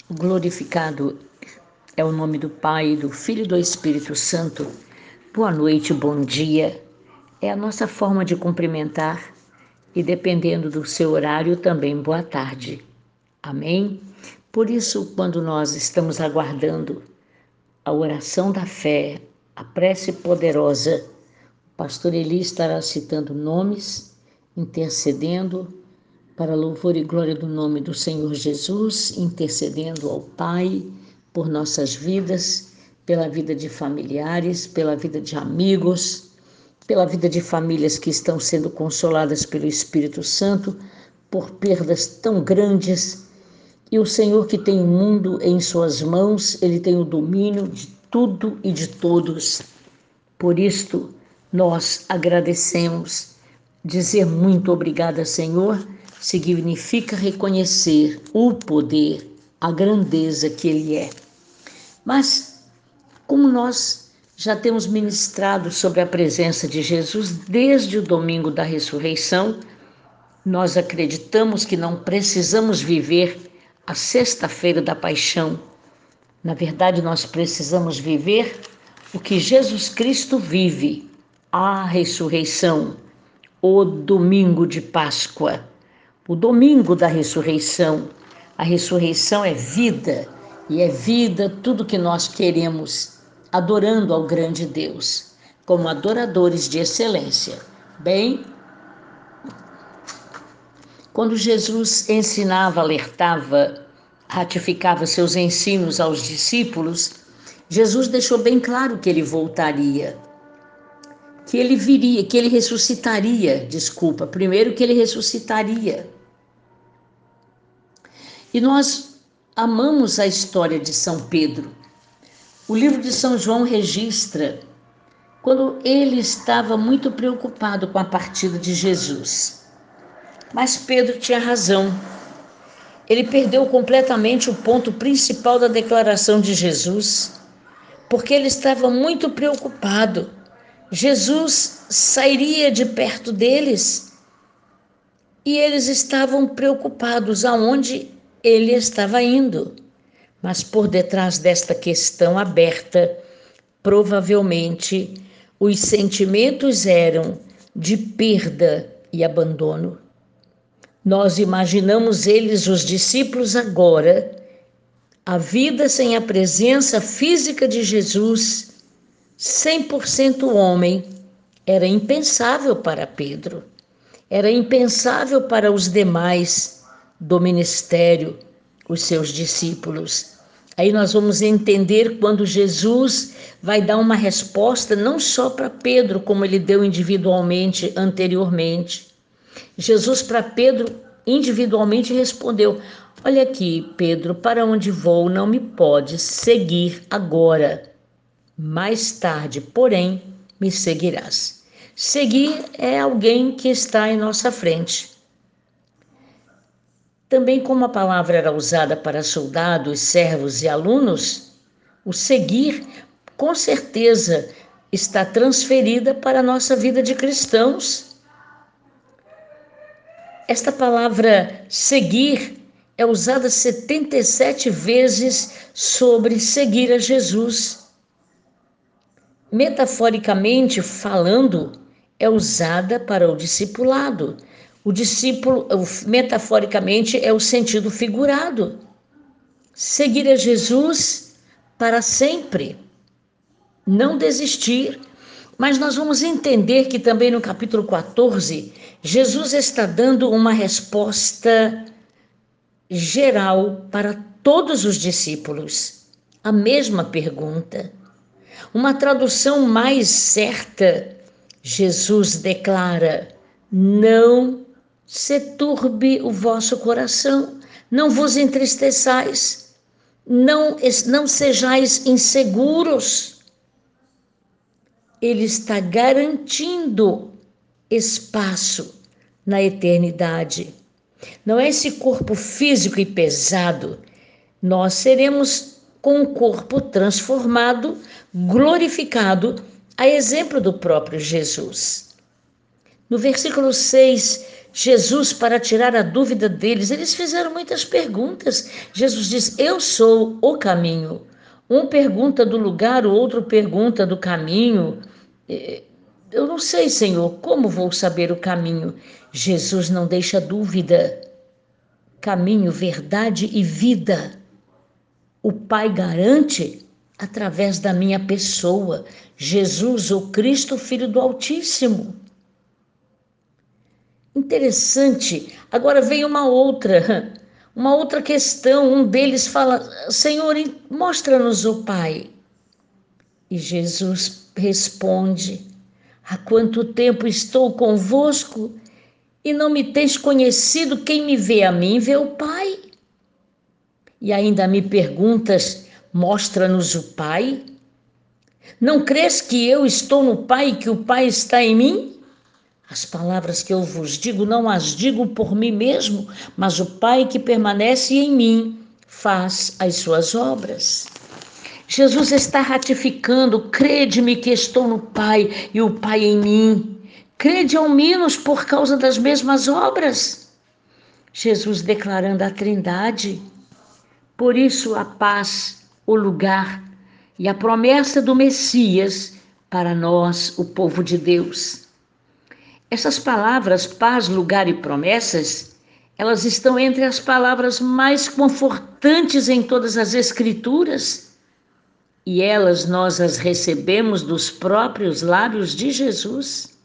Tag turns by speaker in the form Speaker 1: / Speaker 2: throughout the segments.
Speaker 1: Glorificado é o nome do Pai, do Filho e do Espírito Santo. Boa noite, bom dia. É a nossa forma de cumprimentar e, dependendo do seu horário, também boa tarde. Amém? Por isso, quando nós estamos aguardando a oração da fé, a prece poderosa, o pastor Eli estará citando nomes, intercedendo para louvor e glória do nome do Senhor Jesus, intercedendo ao Pai por nossas vidas, pela vida de familiares, pela vida de amigos, pela vida de famílias que estão sendo consoladas pelo Espírito Santo por perdas tão grandes. E o Senhor, que tem o mundo em suas mãos, Ele tem o domínio de tudo e de todos. Por isto, nós agradecemos. Dizer muito obrigada, Senhor, significa reconhecer o poder, a grandeza que Ele é. Mas, como nós já temos ministrado sobre a presença de Jesus desde o domingo da ressurreição, nós acreditamos que não precisamos viver a sexta-feira da paixão. Na verdade, nós precisamos viver o que Jesus Cristo vive, a ressurreição, o domingo de Páscoa, o domingo da ressurreição. A ressurreição é vida, e é vida tudo que nós queremos, adorando ao grande Deus, como adoradores de excelência. Bem, quando Jesus ensinava, alertava, ratificava seus ensinos aos discípulos, Jesus deixou bem claro que ele voltaria, que ele viria, que ele ressuscitaria, primeiro que ele ressuscitaria. E nós amamos a história de São Pedro. O livro de São João registra quando ele estava muito preocupado com a partida de Jesus. Mas Pedro tinha razão. Ele perdeu completamente o ponto principal da declaração de Jesus, porque ele estava muito preocupado. Jesus sairia de perto deles e eles estavam preocupados aonde ele estava indo. Mas por detrás desta questão aberta, provavelmente os sentimentos eram de perda e abandono. Nós imaginamos eles, os discípulos, agora, a vida sem a presença física de Jesus, 100% homem, era impensável para Pedro, era impensável para os demais do ministério, os seus discípulos. Aí nós vamos entender quando Jesus vai dar uma resposta não só para Pedro, como ele deu individualmente anteriormente. Jesus para Pedro individualmente respondeu: olha aqui, Pedro, para onde vou não me podes seguir agora. Mais tarde, porém, me seguirás. Seguir é alguém que está em nossa frente. Também como a palavra era usada para soldados, servos e alunos, o seguir, com certeza, está transferida para a nossa vida de cristãos. Esta palavra seguir é usada 77 vezes sobre seguir a Jesus. Metaforicamente falando, é usada para o discipulado. O discípulo, metaforicamente, é o sentido figurado. Seguir a Jesus para sempre. Não desistir. Mas nós vamos entender que também no capítulo 14, Jesus está dando uma resposta geral para todos os discípulos. A mesma pergunta. Uma tradução mais certa, Jesus declara: não se turbe o vosso coração, não vos entristeçais, não sejais inseguros. Ele está garantindo espaço na eternidade. Não é esse corpo físico e pesado. Nós seremos com um corpo transformado, glorificado, a exemplo do próprio Jesus. No versículo 6, Jesus, para tirar a dúvida deles, eles fizeram muitas perguntas. Jesus diz: Eu sou o caminho. Um pergunta do lugar, o outro pergunta do caminho. Eu não sei, Senhor, como vou saber o caminho? Jesus não deixa dúvida. Caminho, verdade e vida. O Pai garante através da minha pessoa, Jesus, o Cristo, Filho do Altíssimo. Interessante. Agora vem uma outra questão. Um deles fala: Senhor, mostra-nos o Pai. E Jesus responde: Há quanto tempo estou convosco e não me tens conhecido? Quem me vê a mim, vê o Pai. E ainda me perguntas: mostra-nos o Pai? Não crês que eu estou no Pai e que o Pai está em mim? As palavras que eu vos digo, não as digo por mim mesmo, mas o Pai que permanece em mim faz as suas obras. Jesus está ratificando: crede-me que estou no Pai e o Pai em mim. Crede ao menos por causa das mesmas obras. Jesus declarando a Trindade. Por isso a paz, o lugar e a promessa do Messias para nós, o povo de Deus. Essas palavras, paz, lugar e promessas, elas estão entre as palavras mais confortantes em todas as Escrituras. E elas nós as recebemos dos próprios lábios de Jesus.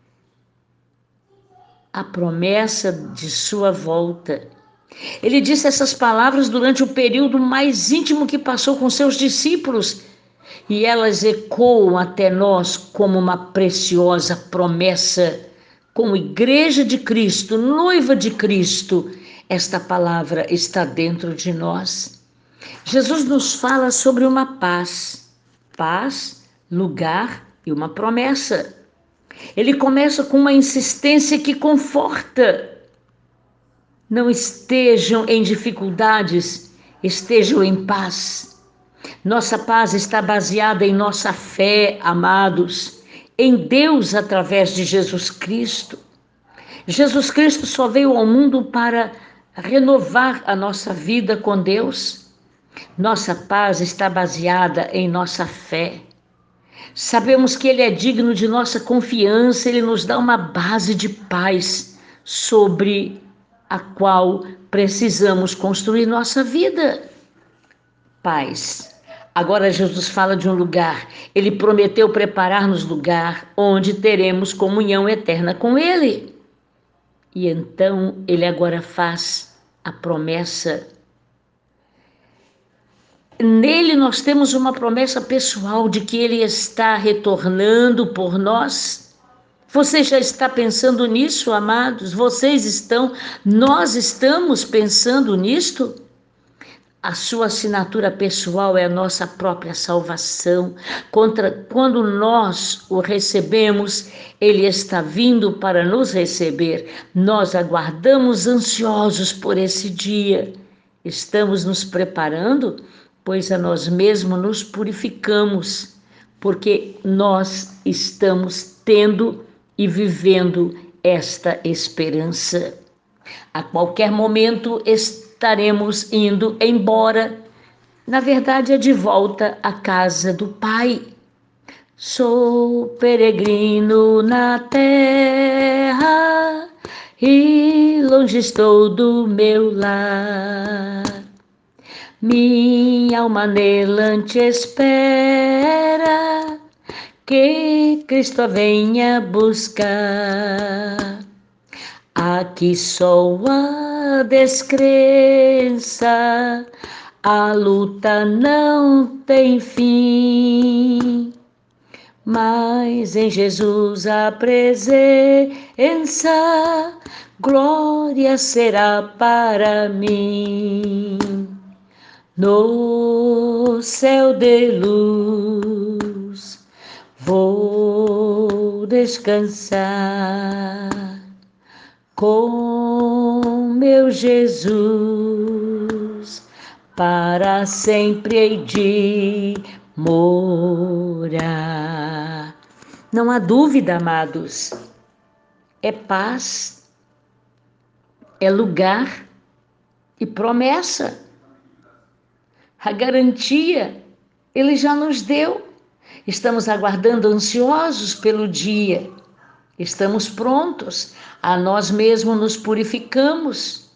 Speaker 1: A promessa de sua volta. Ele disse essas palavras durante o período mais íntimo que passou com seus discípulos, e elas ecoam até nós como uma preciosa promessa. Como igreja de Cristo, noiva de Cristo, esta palavra está dentro de nós. Jesus nos fala sobre uma paz, lugar e uma promessa. Ele começa com uma insistência que conforta. Não estejam em dificuldades, estejam em paz. Nossa paz está baseada em nossa fé, amados, em Deus através de Jesus Cristo. Jesus Cristo só veio ao mundo para renovar a nossa vida com Deus. Nossa paz está baseada em nossa fé. Sabemos que Ele é digno de nossa confiança, Ele nos dá uma base de paz sobre a qual precisamos construir nossa vida. Paz. Agora Jesus fala de um lugar. Ele prometeu preparar-nos lugar onde teremos comunhão eterna com Ele. E então Ele agora faz a promessa. Nele nós temos uma promessa pessoal de que Ele está retornando por nós. Você já está pensando nisso, amados? Nós estamos pensando nisto? A sua assinatura pessoal é a nossa própria salvação. Quando nós o recebemos, Ele está vindo para nos receber. Nós aguardamos ansiosos por esse dia. Estamos nos preparando, pois a nós mesmos nos purificamos, porque nós estamos tendo e vivendo esta esperança. A qualquer momento estaremos indo embora. Na verdade, é de volta à casa do Pai. Sou peregrino na terra e longe estou do meu lar. Minha alma anelante espera que Cristo venha buscar. Aqui só a descrença, a luta não tem fim, mas em Jesus a presença, glória será para mim. No céu de luz vou descansar com meu Jesus, para sempre hei de morar. Não há dúvida, amados, é paz, é lugar e promessa. A garantia Ele já nos deu. Estamos aguardando ansiosos pelo dia. Estamos prontos. A nós mesmos nos purificamos.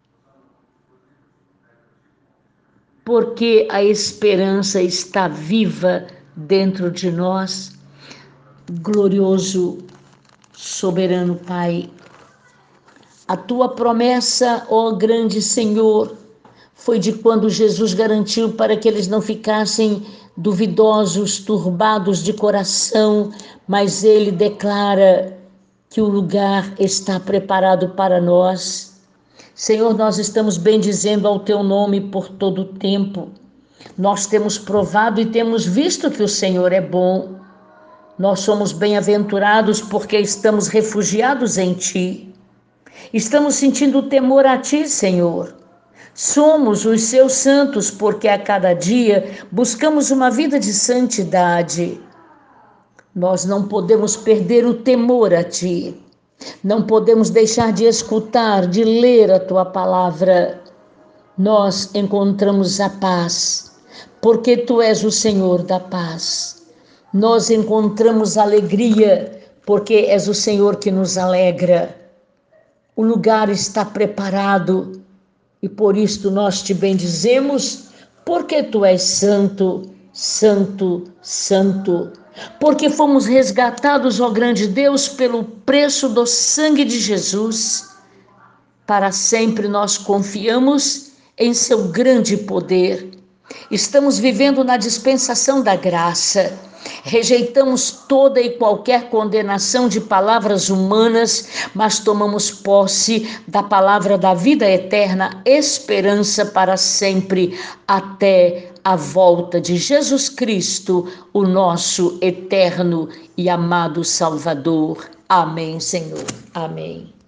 Speaker 1: Porque a esperança está viva dentro de nós. Glorioso, soberano Pai, a tua promessa, ó grande Senhor, foi de quando Jesus garantiu para que eles não ficassem duvidosos, turbados de coração, mas ele declara que o lugar está preparado para nós. Senhor, nós estamos bendizendo ao teu nome por todo o tempo. Nós temos provado e temos visto que o Senhor é bom. Nós somos bem-aventurados porque estamos refugiados em ti. Estamos sentindo temor a ti, Senhor. Somos os seus santos porque a cada dia buscamos uma vida de santidade. Nós não podemos perder o temor a ti. Não podemos deixar de escutar, de ler a tua palavra. Nós encontramos a paz, porque tu és o Senhor da paz. Nós encontramos alegria, porque és o Senhor que nos alegra. O lugar está preparado e por isto nós te bendizemos, porque tu és santo, santo, santo. Porque fomos resgatados, ó grande Deus, pelo preço do sangue de Jesus. Para sempre nós confiamos em seu grande poder. Estamos vivendo na dispensação da graça. Rejeitamos toda e qualquer condenação de palavras humanas, mas tomamos posse da palavra da vida eterna, esperança para sempre, até a volta de Jesus Cristo, o nosso eterno e amado Salvador. Amém, Senhor. Amém.